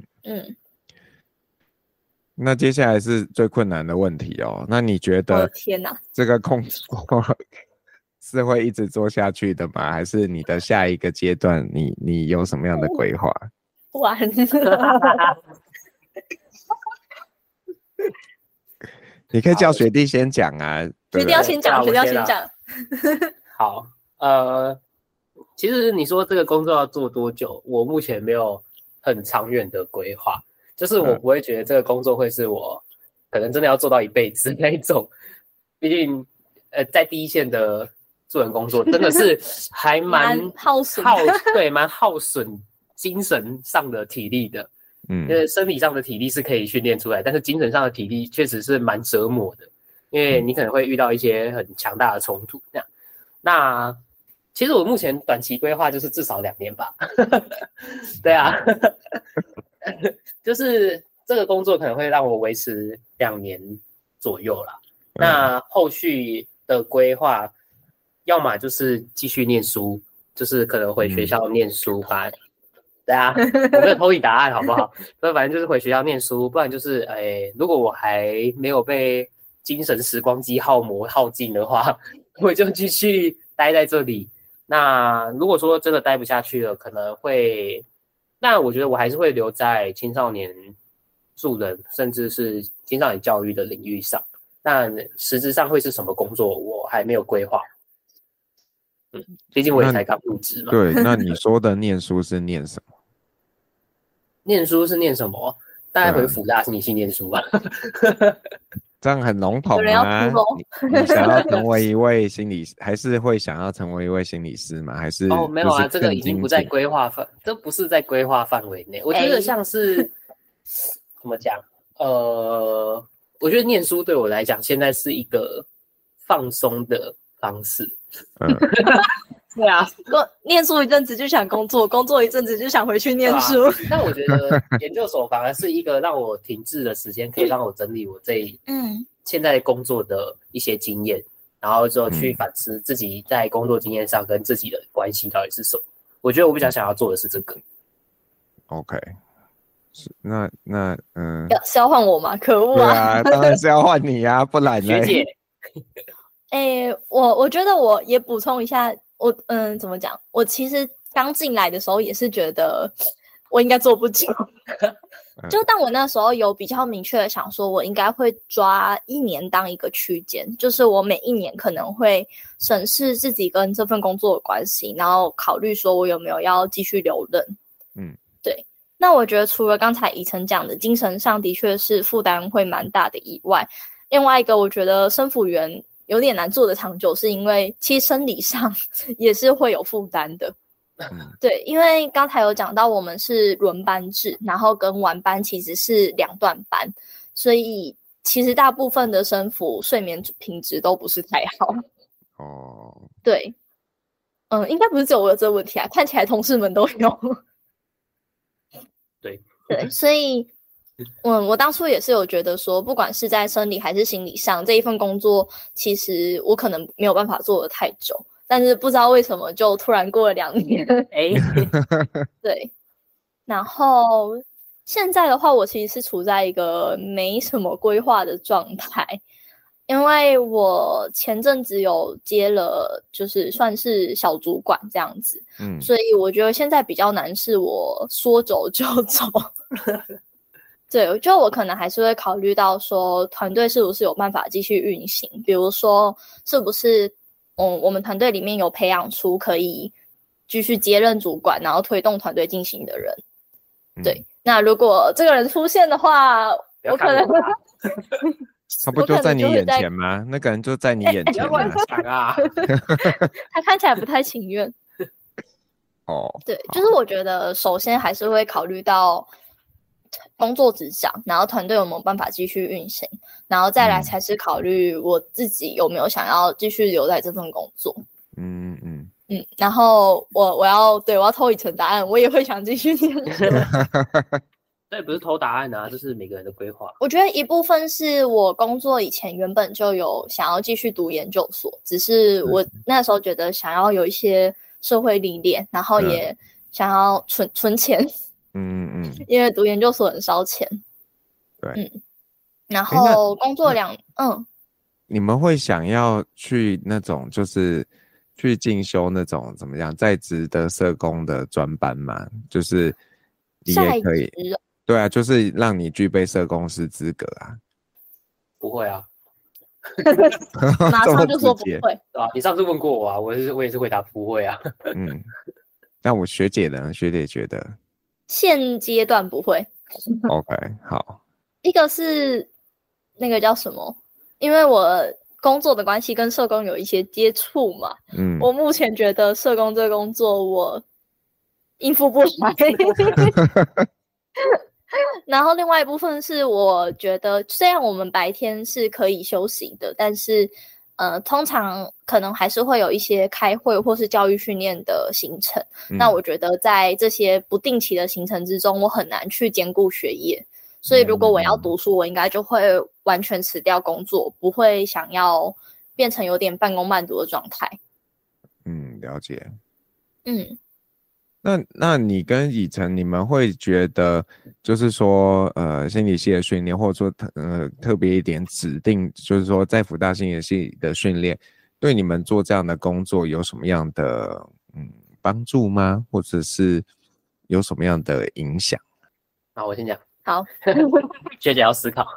那接下来是最困难的问题哦。那你觉得天哪，这个工作是会一直做下去的吗？还是你的下一个阶段你有什么样的规划？ 完了你可以叫学弟先讲啊。 学弟要先讲，学弟要先讲。 好，其实你说这个工作要做多久，我目前没有很长远的规划。就是我不会觉得这个工作会是我可能真的要做到一辈子那一种，毕竟在第一线的助人工作真的是还蛮耗损， 对，蛮耗损精神上的体力的。因为生理上的体力是可以训练出来，但是精神上的体力确实是蛮折磨的，因为你可能会遇到一些很强大的冲突这样。那其实我目前短期规划就是至少2年吧。对啊。就是这个工作可能会让我维持2年左右啦。那后续的规划，要么就是继续念书，就是可能回学校念书吧。对啊，我没有偷你答案好不好？所以反正就是回学校念书，不然就是如果我还没有被精神时光机耗尽的话，我就继续待在这里。那如果说真的待不下去了，可能会。那我觉得我还是会留在青少年助人，甚至是青少年教育的领域上。但实质上会是什么工作，我还没有规划。毕竟我也才刚入职嘛。 对，那你说的念书是念什么？ 念书是念什么？大概回辅大心理系念书吧。 这样很笼统啊！你想要成为一位心理师，还是会想要成为一位心理师吗？还是没有啊，这个已经不在规划这不是在规划范围内。我觉得像是怎么讲？我觉得念书对我来讲，现在是一个放松的方式。对啊， 念书一阵子就想工作，工作一阵子就想回去念书。 但我觉得研究所反而是一个让我停滞的时间，可以让我整理我现在工作的一些经验，然后之后去反思自己在工作经验上跟自己的关系到底是什么。我觉得我比较想要做的是这个。 OK， 那是要换我吗？可恶啊！对啊，当然是要换你啊，不然呢？ 学姐。 我觉得我也补充一下，怎么讲？我其实刚进来的时候也是觉得我应该做不久，就但我那时候有比较明确的想说，我应该会抓1年当一个区间，就是我每1年可能会审视自己跟这份工作的关系，然后考虑说我有没有要继续留任。对。那我觉得除了刚才宜晨讲的精神上的确是负担会蛮大的以外，另外一个我觉得生辅员有点难做的长久，是因为其实生理上也是会有负担的。对，因为刚才有讲到我们是轮班制，然后跟晚班其实是2段班，所以其实大部分的生辅睡眠品质都不是太好。对，应该不是只有我有这个问题啊，看起来同事们都有。 对， 所以我当初也是有觉得说，不管是在生理还是心理上，这一份工作其实我可能没有办法做得太久，但是不知道为什么就突然过了2年，对。然后现在的话，我其实是处在一个没什么规划的状态，因为我前阵子有接了，就是算是小主管这样子，所以我觉得现在比较难是我说走就走。对，就我可能还是会考虑到说团队是不是有办法继续运行，比如说是不是我们团队里面有培养出可以继续接任主管，然后推动团队进行的人。对，那如果这个人出现的话，我可能他不就在你眼前吗？那个人就在你眼前啊。 他看起来不太情愿。 哦， 对，就是我觉得首先还是会考虑到工作职掌，然后团队有没有办法继续运行，然后再来才是考虑我自己有没有想要继续留在这份工作。然后我要偷以诚答案，我也会想继续念书。 这不是偷答案啊，这是每个人的规划。 我觉得一部分是我工作以前原本就有想要继续读研究所，只是我那时候觉得想要有一些社会历练，然后也想要存钱。因为读研究所很烧钱。 对。 然后工作你们会想要去那种就是去进修那种怎么样在职的社工的专班吗？就是你也可以。对啊，就是让你具备社工师资格啊。 不会啊。 马上就说不会。 对啊，你上次问过我啊，我也是回答不会啊。 但我学姐呢？学姐觉得现阶段不会。 OK， 好。 一个是那个叫什么？因为我工作的关系跟社工有一些接触嘛。我目前觉得社工这个工作我应付不来。然后另外一部分是我觉得虽然我们白天是可以休息的，但是通常可能还是会有一些开会或是教育训练的行程。那我觉得在这些不定期的行程之中，我很难去兼顾学业。所以如果我要读书，我应该就会完全辞掉工作，不会想要变成有点半工半读的状态。 了解。那你跟以诚，你们会觉得就是说心理系的训练，或者说特别一点指定，就是说在辅大心理系的训练，对你们做这样的工作有什么样的帮助吗？或者是有什么样的影响？ 好，我先讲。 好。 学姐要思考。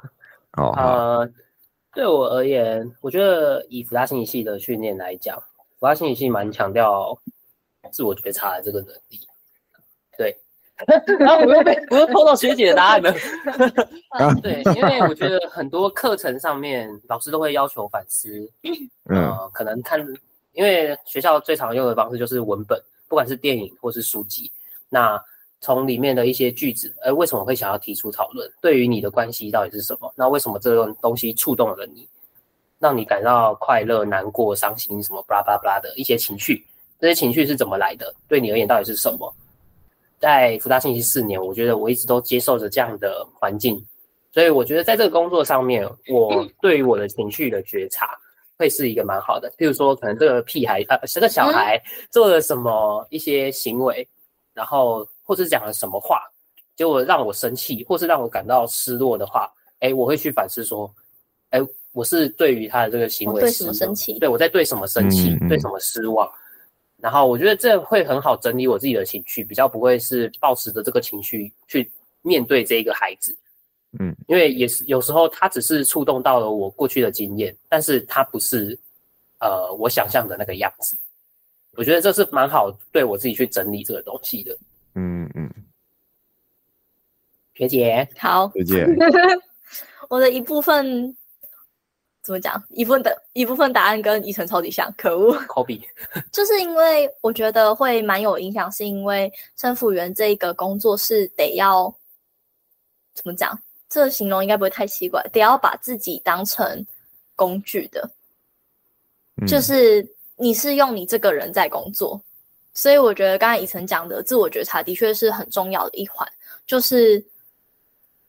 对我而言，我觉得以辅大心理系的训练来讲，辅大心理系蛮强调自我觉察的这个能力。对。然后我又偷到学姐的答案了。对，因为我觉得很多课程上面老师都会要求反思。可能因为学校最常用的方式就是文本，不管是电影或是书籍，那从里面的一些句子，为什么会想要提出讨论？对于你的关系到底是什么？那为什么这种东西触动了你，让你感到快乐、难过、伤心什么巴拉巴拉的一些情绪？这些情绪是怎么来的？对你而言到底是什么？在辅大心理系4年，我觉得我一直都接受着这样的环境，所以我觉得在这个工作上面，我对于我的情绪的觉察会是一个蛮好的。譬如说，可能这个这个小孩做了什么一些行为，然后或是讲了什么话，结果让我生气，或是让我感到失落的话，我会去反思说，我是对于他的这个行为对什么生气？ 对，我在对什么生气，对什么失望。然后我觉得这会很好整理我自己的情绪，比较不会是抱持着这个情绪去面对这个孩子。因为也是有时候他只是触动到了我过去的经验，但是他不是我想象的那个样子。我觉得这是蛮好对我自己去整理这个东西的。学姐好。 学姐我的一部分怎么讲？一部分答案跟以诚超级像，可恶。 copy 就是因为我觉得会蛮有影响，是因为生辅员这一个工作是得要怎么讲？这个形容应该不会太奇怪，得要把自己当成工具的。就是你是用你这个人在工作，所以我觉得刚才以诚讲的自我觉察的确是很重要的一环，就是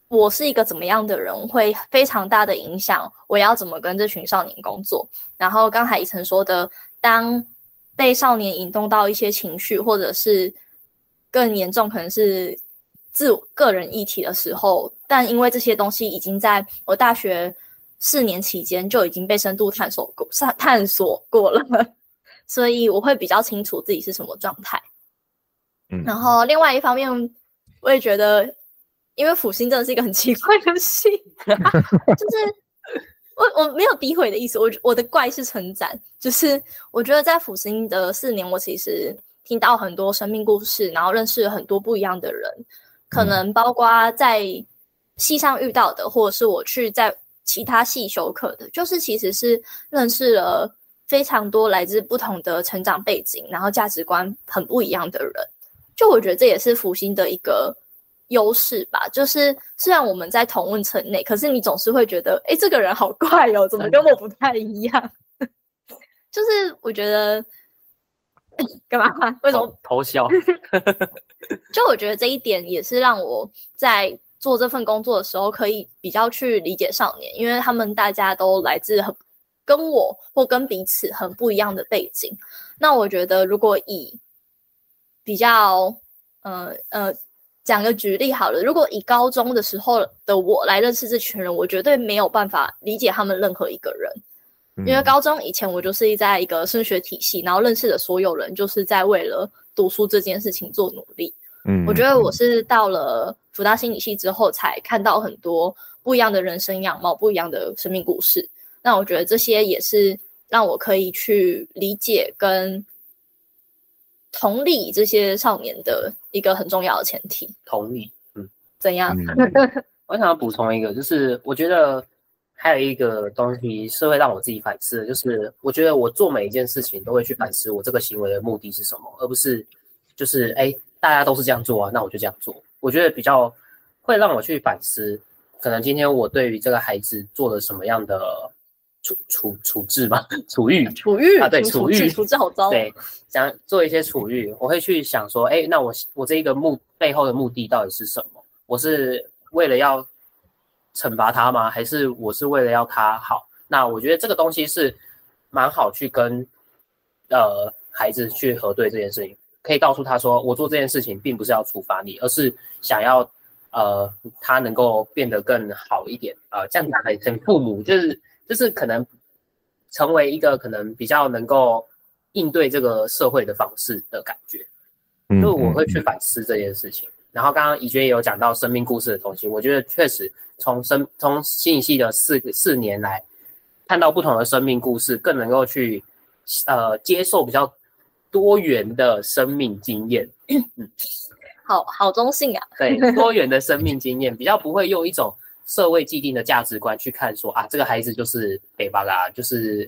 我是一个怎么样的人，会非常大的影响我要怎么跟这群少年工作。然后刚才以晨说的，当被少年引动到一些情绪，或者是更严重可能是自我个人议题的时候，但因为这些东西已经在我大学4年期间就已经被深度探索过了，所以我会比较清楚自己是什么状态。然后另外一方面，我也觉得因为辅星真的是一个很奇怪的系就是我没有诋毁的意思，我的怪是称赞，就是我觉得在辅星的4年，我其实听到很多生命故事，然后认识了很多不一样的人，可能包括在系上遇到的，或者是我去在其他系修课的，就是其实是认识了非常多来自不同的成长背景，然后价值观很不一样的人。就我觉得这也是辅星的一个优势吧，就是虽然我们在同温层内，可是你总是会觉得这个人好怪哦，怎么跟我不太一样就是我觉得干嘛为什么偷笑就我觉得这一点也是让我在做这份工作的时候可以比较去理解少年，因为他们大家都来自跟我或跟彼此很不一样的背景。那我觉得如果以比较讲个举例好了，如果以高中的时候的我来认识这群人，我绝对没有办法理解他们任何一个人，因为高中以前我就是在一个升学体系，然后认识的所有人就是在为了读书这件事情做努力。我觉得我是到了辅大心理系之后才看到很多不一样的人生样貌，不一样的生命故事。那我觉得这些也是让我可以去理解跟同理这些少年的一个很重要的前提。 同理， 怎样？ 我想要补充一个，就是我觉得还有一个东西是会让我自己反思的，就是我觉得我做每一件事情都会去反思我这个行为的目的是什么，而不是就是大家都是这样做啊，那我就这样做。我觉得比较会让我去反思，可能今天我对于这个孩子做了什么样的处置嘛，处遇啊，对，处置好糟。 对，想做一些处遇，我会去想说，那我这一个背后的目的到底是什么？我是为了要惩罚他吗？还是我是为了要他好？那我觉得这个东西是蛮好去跟孩子去核对这件事情，可以告诉他说，我做这件事情并不是要处罚你，而是想要他能够变得更好一点这样讲很父母就是可能成为一个可能比较能够应对这个社会的方式的感觉，就我会去反思这件事情。然后刚刚怡娟也有讲到生命故事的东西，我觉得确实从心理系的4年来，看到不同的生命故事，更能够去接受比较多元的生命经验。 好中性啊。 对，多元的生命经验，比较不会用一种社会既定的价值观去看说这个孩子就是北巴啦，就是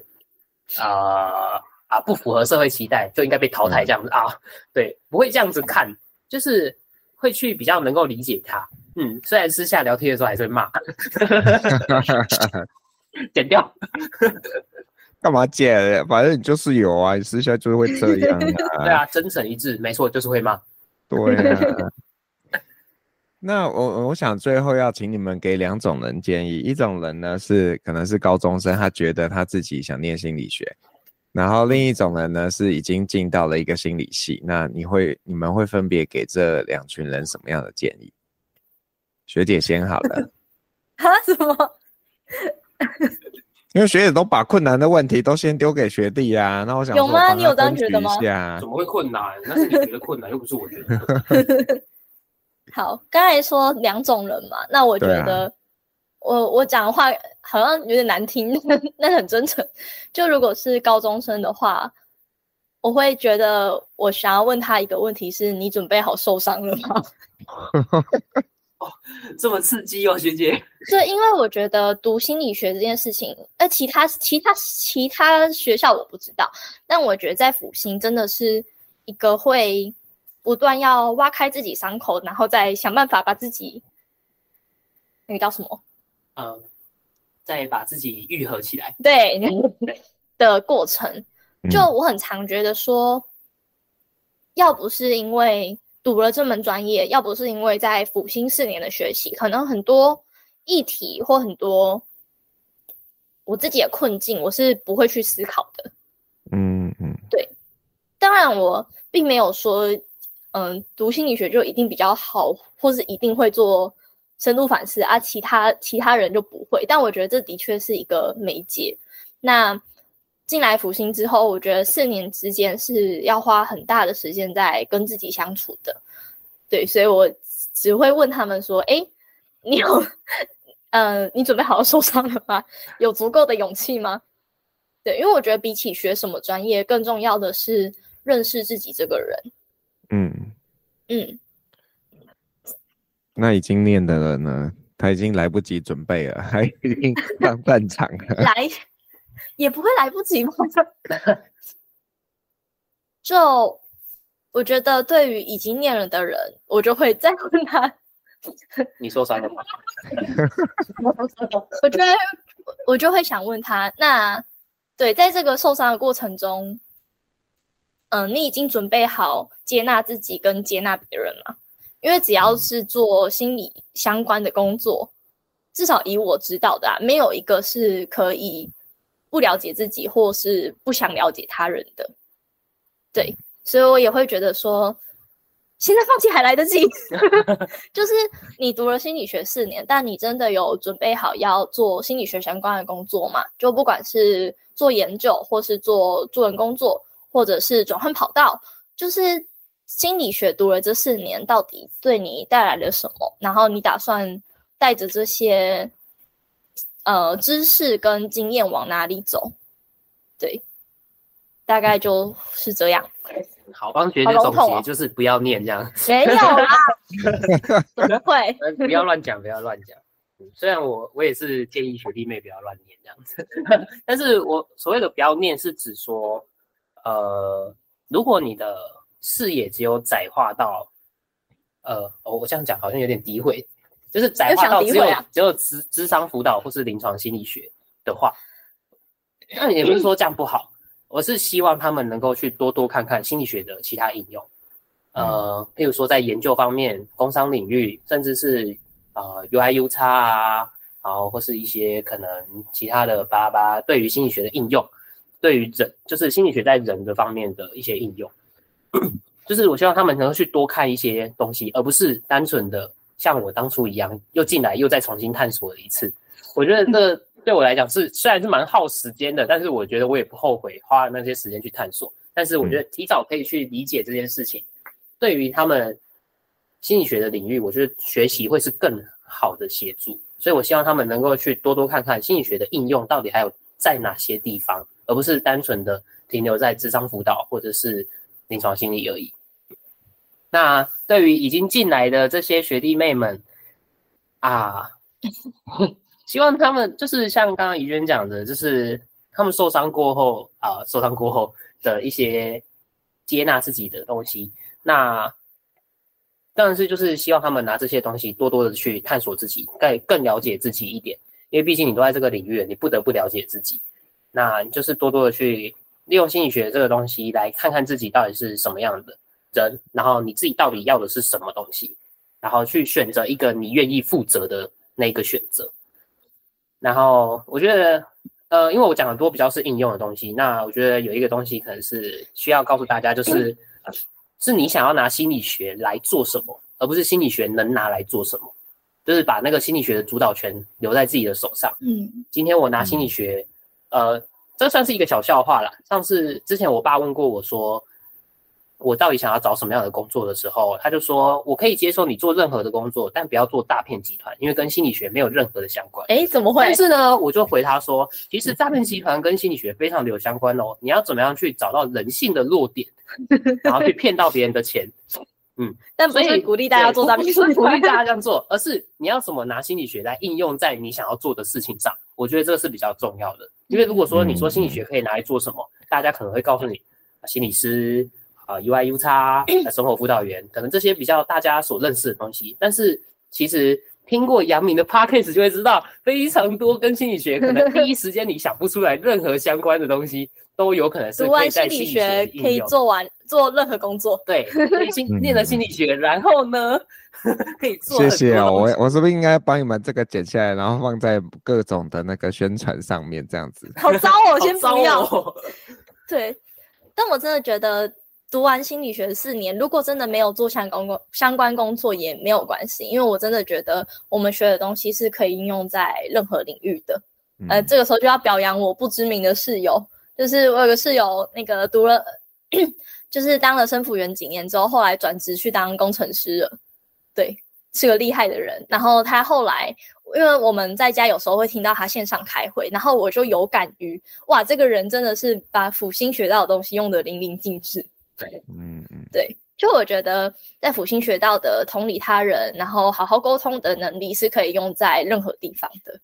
不符合社会期待就应该被淘汰这样子对，不会这样子看，就是会去比较能够理解他。虽然私下聊天的时候还是会骂剪掉干嘛剪？反正你就是有啊，你私下就是会这样啊。 对啊，真诚一致，没错，就是会骂。 对啊。那我想最后要请你们给2种人建议，一种人呢是可能是高中生，他觉得他自己想念心理学，然后另一种人呢是已经进到了一个心理系，那你们会分别给这2群人什么样的建议？学姐先好了。 什么？ 因为学姐都把困难的问题都先丢给学弟啊，那我想说有吗？你有这样觉得吗？ 怎么会困难？那是你觉得困难，又不是我觉得。 好，刚才说2种人嘛，那我觉得我讲的话好像有点难听，但很真诚。就如果是高中生的话，我会觉得我想要问他一个问题是：你准备好受伤了吗？ 这么刺激哦，学姐。 对，因为我觉得读心理学这件事情，其他学校我不知道，但我觉得在辅心真的是一个会不断要挖开自己伤口，然后再想办法把自己那个叫什么？ 再把自己愈合起来。 对的过程。就我很常觉得说，要不是因为读了这门专业，要不是因为在辅新4年的学习，可能很多议题或很多我自己的困境，我是不会去思考的。对。当然，我并没有说，读心理学就一定比较好，或是一定会做深度反思啊，其他人就不会。但我觉得这的确是一个媒介。那进来辅新之后，我觉得4年之间是要花很大的时间在跟自己相处的。对，所以我只会问他们说：“你准备好好受伤了吗？有足够的勇气吗？”对，因为我觉得比起学什么专业，更重要的是认识自己这个人。 那已经念的人呢？他已经来不及准备了，他已经上战场了。 也不会来不及吧？就我觉得，对于已经念了的人，我就会再问他：“ 你受伤了吗？” 我就会想问他，那对，在这个受伤的过程中，你已经准备好接纳自己跟接纳别人吗？因为只要是做心理相关的工作，至少以我知道的没有一个是可以不了解自己或是不想了解他人的。对，所以我也会觉得说，现在放弃还来得及。就是你读了心理学4年，但你真的有准备好要做心理学相关的工作吗？就不管是做研究，或是做助人工作，或者是转换跑道，就是心理学读了这4年，到底对你带来了什么？然后你打算带着这些知识跟经验往哪里走？对，大概就是这样。 好，帮学姐总结就是不要念这样。 没有啦，怎么会？ 不要乱讲，不要乱讲。虽然我也是建议学弟妹不要乱念这样子，但是我所谓的不要念是指说，如果你的视野只有窄化到，我这样讲好像有点诋毁，就是窄化到只有諮商辅导或是临床心理学的话，那也不是说这样不好。我是希望他们能够去多多看看心理学的其他应用，譬如说在研究方面、工商领域，甚至是UI、UX 啊，然后或是一些可能其他的巴拉巴拉对于心理学的应用，对于人就是心理学在人的方面的一些应用，就是我希望他们能够去多看一些东西，而不是单纯的像我当初一样又进来又再重新探索了一次。我觉得这对我来讲是虽然是蛮耗时间的，但是我觉得我也不后悔花那些时间去探索。但是我觉得提早可以去理解这件事情，对于他们心理学的领域，我觉得学习会是更好的协助。所以我希望他们能够去多多看看心理学的应用到底还有在哪些地方，而不是单纯的停留在諮商辅导或者是临床心理而已。那对于已经进来的这些学弟妹们希望他们就是像刚刚怡娟讲的，就是他们受伤过后的一些接纳自己的东西。那当然是就是希望他们拿这些东西多多的去探索自己，更了解自己一点，因为毕竟你都在这个领域，你不得不了解自己。那你就是多多的去利用心理学这个东西来看看自己到底是什么样的人，然后你自己到底要的是什么东西，然后去选择一个你愿意负责的那个选择。然后我觉得因为我讲很多比较是应用的东西，那我觉得有一个东西可能是需要告诉大家，就是是你想要拿心理学来做什么，而不是心理学能拿来做什么，就是把那个心理学的主导权留在自己的手上。今天我拿心理学这算是一个小笑话啦。之前我爸问过我说我到底想要找什么样的工作的时候，他就说我可以接受你做任何的工作，但不要做诈骗集团，因为跟心理学没有任何的相关。 怎么会？ 但是呢，我就回他说，其实诈骗集团跟心理学非常的有相关哦。你要怎么样去找到人性的弱点，然后去骗到别人的钱。 但不是鼓励大家做诈骗集团， 不是鼓励大家这样做，而是你要怎么拿心理学来应用在你想要做的事情上。我觉得这个是比较重要的，因为如果说你说心理学可以拿来做什么，大家可能会告诉你心理师UI、UX 生活辅导员，可能这些比较大家所认识的东西。但是其实听过阳明的 podcast 就会知道，非常多跟心理学可能第一时间你想不出来任何相关的东西，都有可能是可以在心理学可以做任何工作。 对，念了心理学，然后呢可以做很多东西。 谢谢哦，我是不是应该帮你们这个剪下来，然后放在各种的那个宣传上面，这样子？ 好糟哦，先不要。 哦、 对，但我真的觉得读完心理学4年，如果真的没有做相关工作也没有关系，因为我真的觉得我们学的东西是可以应用在任何领域的。这个时候就要表扬我不知名的室友，就是我有个室友，那个读了就是当了生辅员几年之后，后来转职去当工程师了。对，是个厉害的人。然后他后来，因为我们在家有时候会听到他线上开会，然后我就有感于，哇，这个人真的是把辅心学到的东西用得淋漓尽致。对，对，就我觉得在辅心学到的同理他人，然后好好沟通的能力是可以用在任何地方的。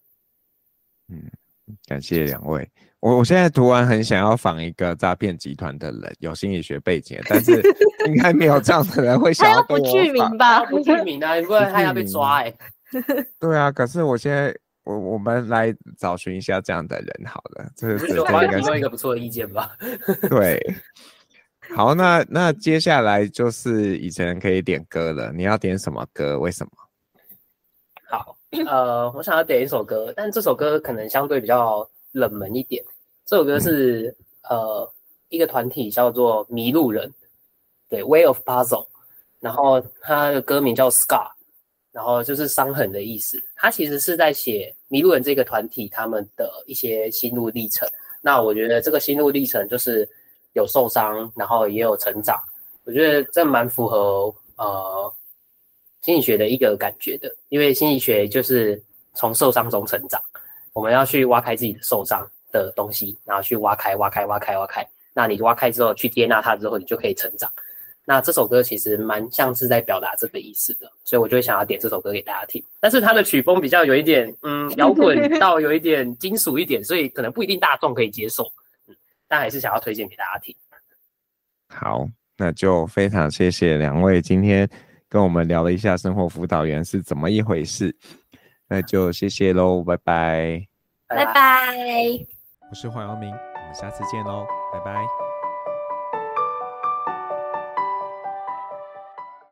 感谢2位。我现在突然很想要访一个诈骗集团的人，有心理学背景，但是应该没有这样的人会想要跟我访。 他要不具名吧？ 不具名啊，不然他要被抓对啊，可是我现在我们来找寻一下这样的人好了。这就帮你提供一个不错的意见吧。 对，好，那接下来就是以前可以点歌了。你要点什么歌？为什么？ 好，我想要点一首歌，但这首歌可能相对比较冷门一点。这首歌是一个团体叫做迷路人，对 ，Way of Puzzle， 然后它的歌名叫 Scar， 然后就是伤痕的意思。它其实是在写迷路人这个团体他们的一些心路历程。那我觉得这个心路历程就是有受伤，然后也有成长。我觉得这蛮符合心理学的一个感觉的，因为心理学就是从受伤中成长，我们要去挖开自己的受伤的东西，然后去挖开。那你挖开之后，去接纳它之后，你就可以成长。那这首歌其实蛮像是在表达这个意思的，所以我就会想要点这首歌给大家听。但是它的曲风比较有一点摇滚到有一点金属一点，所以可能不一定大众可以接受，但还是想要推荐给大家听。 好，那就非常谢谢2位今天跟我们聊了一下生活辅导员是怎么一回事，那就谢谢咯，拜拜。 拜拜。 我是黄阳明，我们下次见咯，拜拜。